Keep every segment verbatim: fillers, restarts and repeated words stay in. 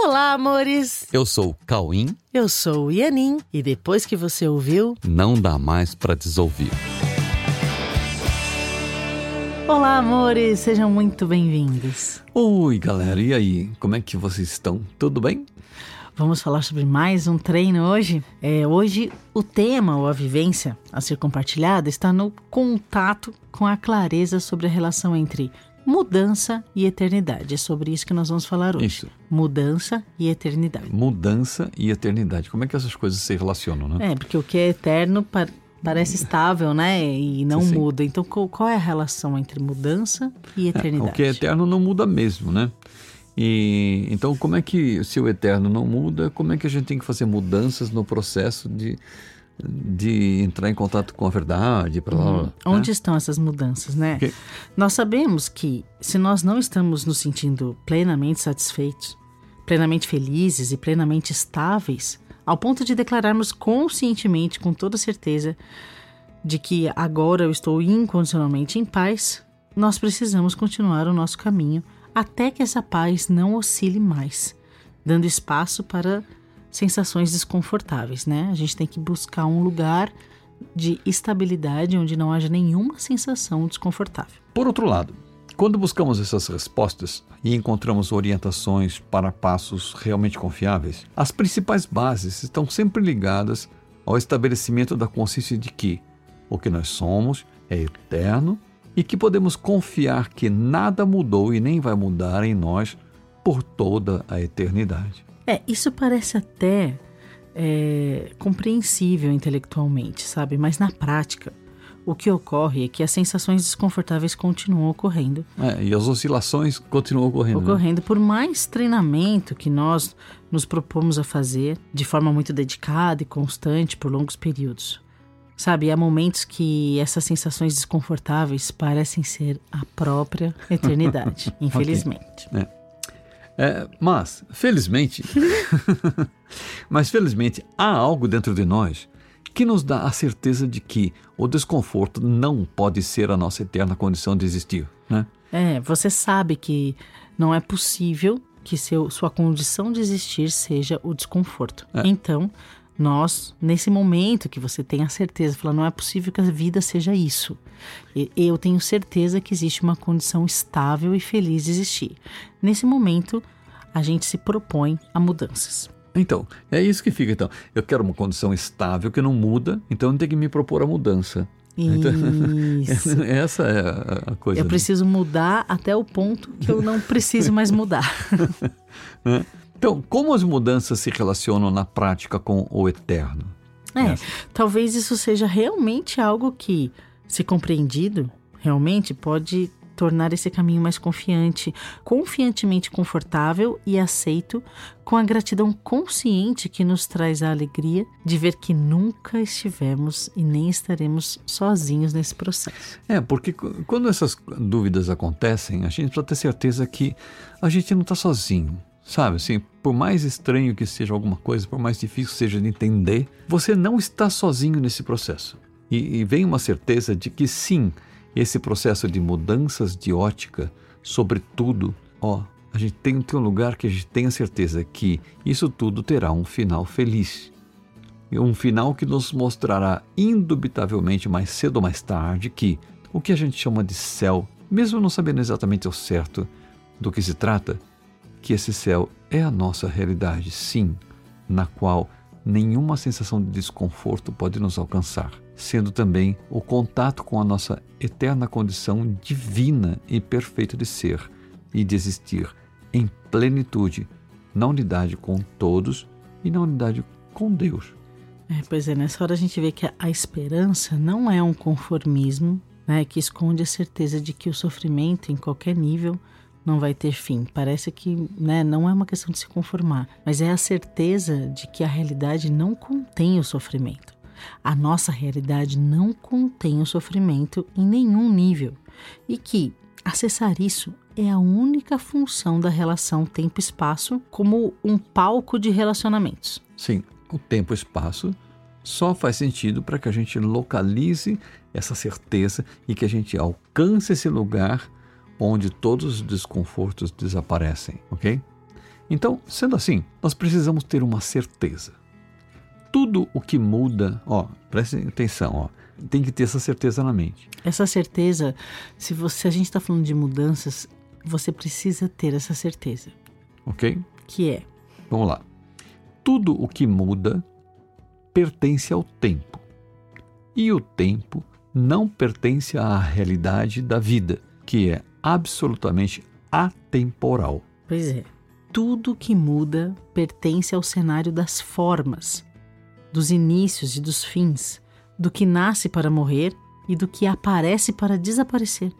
Olá, amores! Eu sou o Cauim. Eu sou o Ianin. E depois que você ouviu, não dá mais pra desouvir. Olá, amores! Sejam muito bem-vindos. Oi, galera. E aí? Como é que vocês estão? Tudo bem? Vamos falar sobre mais um treino hoje. É, hoje o tema ou a vivência a ser compartilhada está no contato com a clareza sobre a relação entre mudança e eternidade. É sobre isso que nós vamos falar hoje. Isso. Mudança e eternidade. Mudança e eternidade. Como é que essas coisas se relacionam, né? É, porque o que é eterno pa- parece estável, né? E não Sim, sim. muda. Então, qual, qual é a relação entre mudança e eternidade? É, o que é eterno não muda mesmo, né? E, então, como é que, se o eterno não muda, como é que a gente tem que fazer mudanças no processo de, de entrar em contato com a verdade? Pra lá, Hum, né? onde estão essas mudanças, né? Okay. Nós sabemos que se nós não estamos nos sentindo plenamente satisfeitos, plenamente felizes e plenamente estáveis, ao ponto de declararmos conscientemente, com toda certeza, de que agora eu estou incondicionalmente em paz, nós precisamos continuar o nosso caminho até que essa paz não oscile mais, dando espaço para sensações desconfortáveis, né? A gente tem que buscar um lugar de estabilidade onde não haja nenhuma sensação desconfortável. Por outro lado, quando buscamos essas respostas e encontramos orientações para passos realmente confiáveis, as principais bases estão sempre ligadas ao estabelecimento da consciência de que o que nós somos é eterno e que podemos confiar que nada mudou e nem vai mudar em nós por toda a eternidade. É, isso parece até é, compreensível intelectualmente, sabe? Mas na prática, o que ocorre é que as sensações desconfortáveis continuam ocorrendo. É, e as oscilações continuam ocorrendo. Ocorrendo né? por mais treinamento que nós nos propomos a fazer de forma muito dedicada e constante por longos períodos. Sabe, há momentos que essas sensações desconfortáveis parecem ser a própria eternidade, infelizmente. Okay. É. É, mas, felizmente, mas felizmente há algo dentro de nós que nos dá a certeza de que o desconforto não pode ser a nossa eterna condição de existir, né? É, você sabe que não é possível que seu, sua condição de existir seja o desconforto. É. Então, nós, nesse momento que você tem a certeza, fala, não é possível que a vida seja isso. E, eu tenho certeza que existe uma condição estável e feliz de existir. Nesse momento, a gente se propõe a mudanças. Então, é isso que fica. Então, eu quero uma condição estável que não muda, então eu tenho que me propor a mudança. Isso. Então, essa é a coisa. Eu preciso mudar até o ponto que eu não preciso mais mudar. Né? Então, como as mudanças se relacionam na prática com o eterno? É, talvez isso seja realmente algo que, se compreendido, realmente pode tornar esse caminho mais confiante, confiantemente confortável e aceito, com a gratidão consciente que nos traz a alegria de ver que nunca estivemos e nem estaremos sozinhos nesse processo. É, porque quando essas dúvidas acontecem, a gente precisa ter certeza que a gente não está sozinho. Sabe, assim, por mais estranho que seja alguma coisa, por mais difícil seja de entender, você não está sozinho nesse processo. E, e vem uma certeza de que sim, esse processo de mudanças de ótica sobre tudo, ó, a gente tem que ter um lugar que a gente tenha certeza que isso tudo terá um final feliz. E um final que nos mostrará indubitavelmente mais cedo ou mais tarde que o que a gente chama de céu, mesmo não sabendo exatamente ao certo do que se trata, que esse céu é a nossa realidade, sim, na qual nenhuma sensação de desconforto pode nos alcançar, sendo também o contato com a nossa eterna condição divina e perfeita de ser e de existir em plenitude, na unidade com todos e na unidade com Deus. É, pois é, nessa hora a gente vê que a, a esperança não é um conformismo, né, que esconde a certeza de que o sofrimento em qualquer nível não vai ter fim. Parece que, né, não é uma questão de se conformar, mas é a certeza de que a realidade não contém o sofrimento. A nossa realidade não contém o sofrimento em nenhum nível e que acessar isso é a única função da relação tempo-espaço como um palco de relacionamentos. Sim, o tempo-espaço só faz sentido para que a gente localize essa certeza e que a gente alcance esse lugar onde todos os desconfortos desaparecem, ok? Então, sendo assim, nós precisamos ter uma certeza. Tudo o que muda, ó, prestem atenção, ó, tem que ter essa certeza na mente. Essa certeza, se, você, se a gente está falando de mudanças, você precisa ter essa certeza. Ok? Que é? Vamos lá. Tudo o que muda pertence ao tempo. E o tempo não pertence à realidade da vida, que é absolutamente atemporal. Pois é. Tudo que muda pertence ao cenário das formas, dos inícios e dos fins, do que nasce para morrer e do que aparece para desaparecer.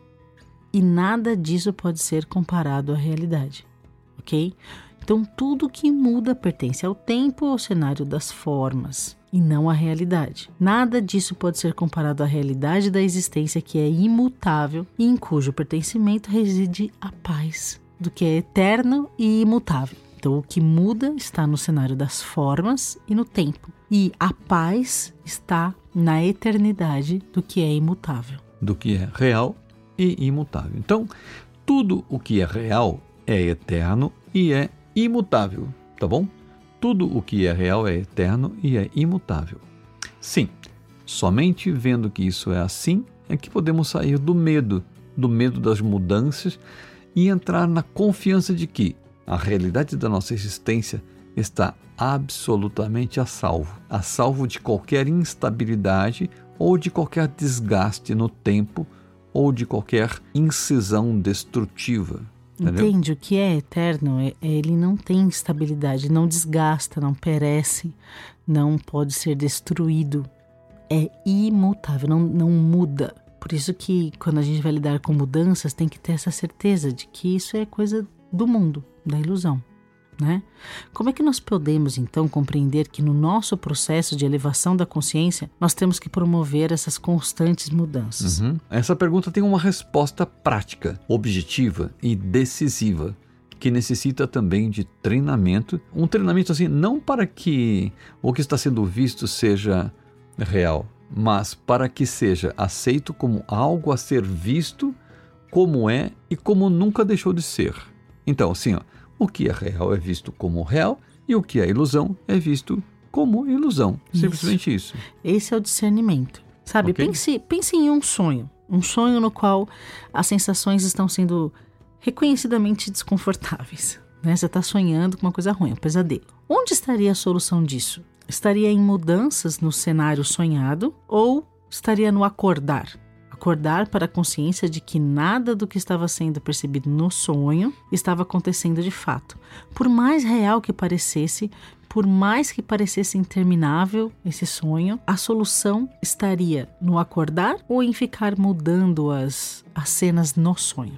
E nada disso pode ser comparado à realidade, ok? Então, tudo que muda pertence ao tempo, ao cenário das formas, e não à realidade. Nada disso pode ser comparado à realidade da existência, que é imutável e em cujo pertencimento reside a paz, do que é eterno e imutável. Então, o que muda está no cenário das formas e no tempo. E a paz está na eternidade do que é imutável. Do que é real e imutável. Então, tudo o que é real é eterno e é imutável, tá bom? Tudo o que é real é eterno e é imutável. Sim, somente vendo que isso é assim é que podemos sair do medo, do medo das mudanças e entrar na confiança de que a realidade da nossa existência está absolutamente a salvo, a salvo de qualquer instabilidade ou de qualquer desgaste no tempo ou de qualquer incisão destrutiva. Entendeu? Entende? O que é eterno, é, ele não tem instabilidade, não desgasta, não perece, não pode ser destruído. É imutável, não, não muda. Por isso que quando a gente vai lidar com mudanças, tem que ter essa certeza de que isso é coisa do mundo, da ilusão, né? Como é que nós podemos, então, compreender que no nosso processo de elevação da consciência, nós temos que promover essas constantes mudanças? Uhum. Essa pergunta tem uma resposta prática, objetiva e decisiva, que necessita também de treinamento. Um treinamento assim, não para que o que está sendo visto seja real, mas para que seja aceito como algo a ser visto, como é e como nunca deixou de ser. Então, assim, ó, o que é real é visto como real e o que é ilusão é visto como ilusão. Isso. Simplesmente isso. Esse é o discernimento. Sabe, Okay. pense, pense em um sonho. Um sonho no qual as sensações estão sendo reconhecidamente desconfortáveis, né? Você está sonhando com uma coisa ruim, um pesadelo. Onde estaria a solução disso? Estaria em mudanças no cenário sonhado ou estaria no acordar? Acordar para a consciência de que nada do que estava sendo percebido no sonho estava acontecendo de fato. Por mais real que parecesse, por mais que parecesse interminável esse sonho, a solução estaria no acordar ou em ficar mudando as, as cenas no sonho?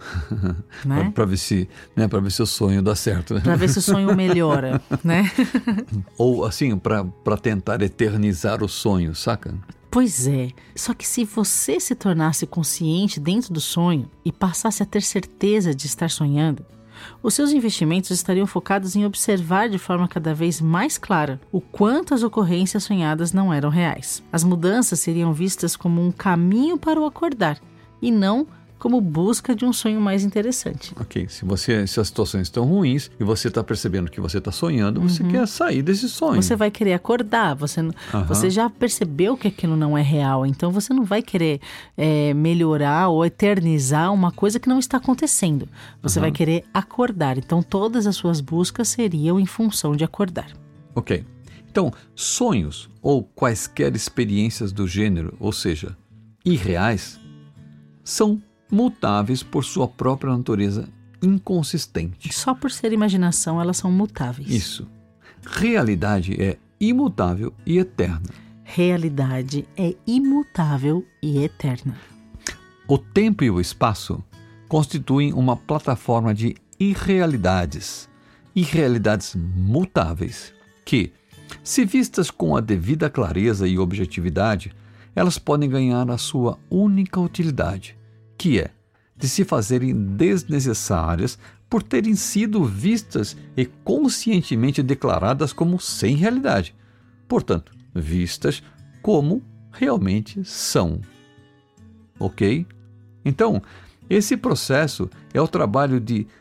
Né? Para ver se, né, para ver se o sonho dá certo. Né? Para ver se o sonho melhora, né? Ou assim, para tentar eternizar o sonho, saca? Pois é, só que se você se tornasse consciente dentro do sonho e passasse a ter certeza de estar sonhando, os seus investimentos estariam focados em observar de forma cada vez mais clara o quanto as ocorrências sonhadas não eram reais. As mudanças seriam vistas como um caminho para o acordar e não como busca de um sonho mais interessante. Ok, se, você, se as situações estão ruins e você está percebendo que você está sonhando, uhum. você quer sair desse sonho. Você vai querer acordar, você, uhum. você já percebeu que aquilo não é real, então você não vai querer é, melhorar ou eternizar uma coisa que não está acontecendo. Você uhum. vai querer acordar, então todas as suas buscas seriam em função de acordar. Ok, então sonhos ou quaisquer experiências do gênero, ou seja, irreais, são mutáveis por sua própria natureza inconsistente. Só por ser imaginação, elas são mutáveis. Isso. Realidade é imutável e eterna. Realidade é imutável e eterna. O tempo e o espaço constituem uma plataforma de irrealidades, irrealidades mutáveis, que, se vistas com a devida clareza e objetividade, elas podem ganhar a sua única utilidade, que é de se fazerem desnecessárias por terem sido vistas e conscientemente declaradas como sem realidade. Portanto, vistas como realmente são. Ok? Então, esse processo é o trabalho de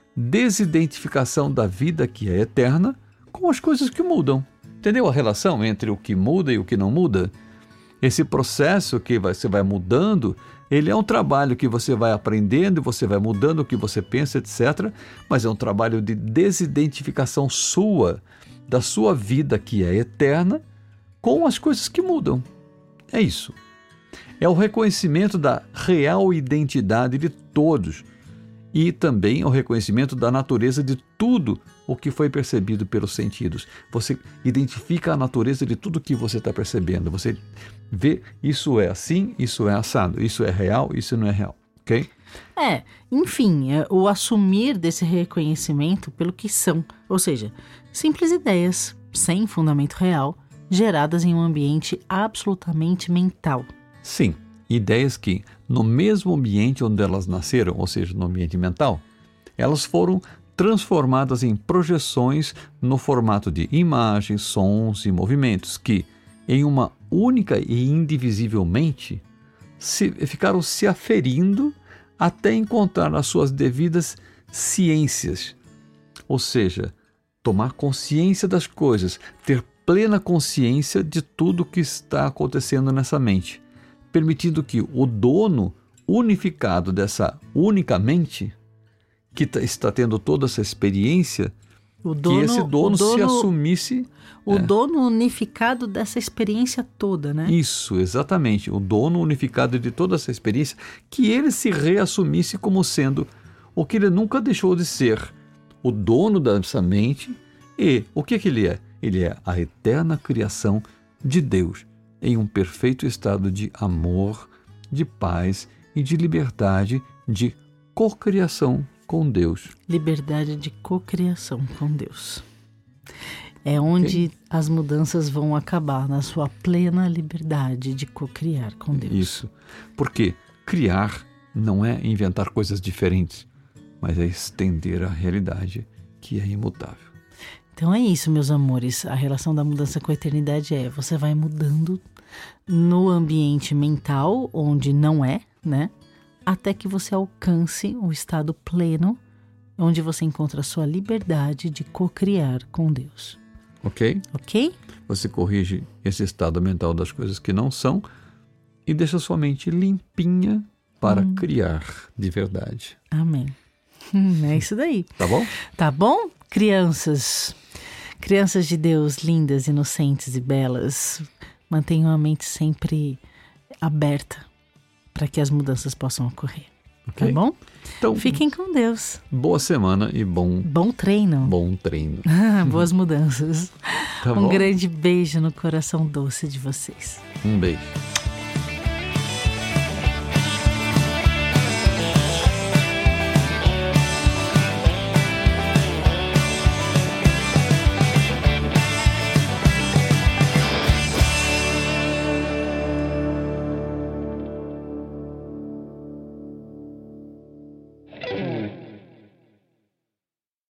desidentificação da vida que é eterna com as coisas que mudam. Entendeu a relação entre o que muda e o que não muda? Esse processo que você vai mudando, ele é um trabalho que você vai aprendendo, você vai mudando o que você pensa, etcétera. Mas é um trabalho de desidentificação sua, da sua vida que é eterna, com as coisas que mudam. É isso. É o reconhecimento da real identidade de todos e também o reconhecimento da natureza de tudo o que foi percebido pelos sentidos. Você identifica a natureza de tudo que você está percebendo. Você vê, isso é assim, isso é assado, isso é real, isso não é real, ok? É, enfim, é o assumir desse reconhecimento pelo que são, ou seja, simples ideias, sem fundamento real, geradas em um ambiente absolutamente mental. Sim, ideias que, no mesmo ambiente onde elas nasceram, ou seja, no ambiente mental, elas foram transformadas em projeções no formato de imagens, sons e movimentos que, em uma única e indivisivelmente, se, ficaram se aferindo até encontrar as suas devidas ciências. Ou seja, tomar consciência das coisas, ter plena consciência de tudo que está acontecendo nessa mente, permitindo que o dono unificado dessa única mente, que está tendo toda essa experiência, o dono, que esse dono, dono se assumisse... O é. dono unificado dessa experiência toda, né? Isso, exatamente. O dono unificado de toda essa experiência, que ele se reassumisse como sendo o que ele nunca deixou de ser, o dono dessa mente. E o que, que ele é? Ele é a eterna criação de Deus, em um perfeito estado de amor, de paz e de liberdade, de cocriação com Deus. Liberdade de cocriação com Deus. É onde okay. as mudanças vão acabar, na sua plena liberdade de cocriar com Deus. Isso. Porque criar não é inventar coisas diferentes, mas é estender a realidade que é imutável. Então é isso, meus amores. A relação da mudança com a eternidade é: você vai mudando no ambiente mental, onde não é, né? Até que você alcance o estado pleno, onde você encontra a sua liberdade de cocriar com Deus. Ok? Ok? Você corrige esse estado mental das coisas que não são e deixa sua mente limpinha para hum. criar de verdade. Amém. Hum, é isso daí. Tá bom? Tá bom? Crianças, crianças de Deus, lindas, inocentes e belas, mantenham a mente sempre aberta para que as mudanças possam ocorrer. Okay. Tá bom? Então, fiquem com Deus. Boa semana e bom... Bom treino. Bom treino. Boas mudanças. Tá um bom? grande beijo no coração doce de vocês. Um beijo.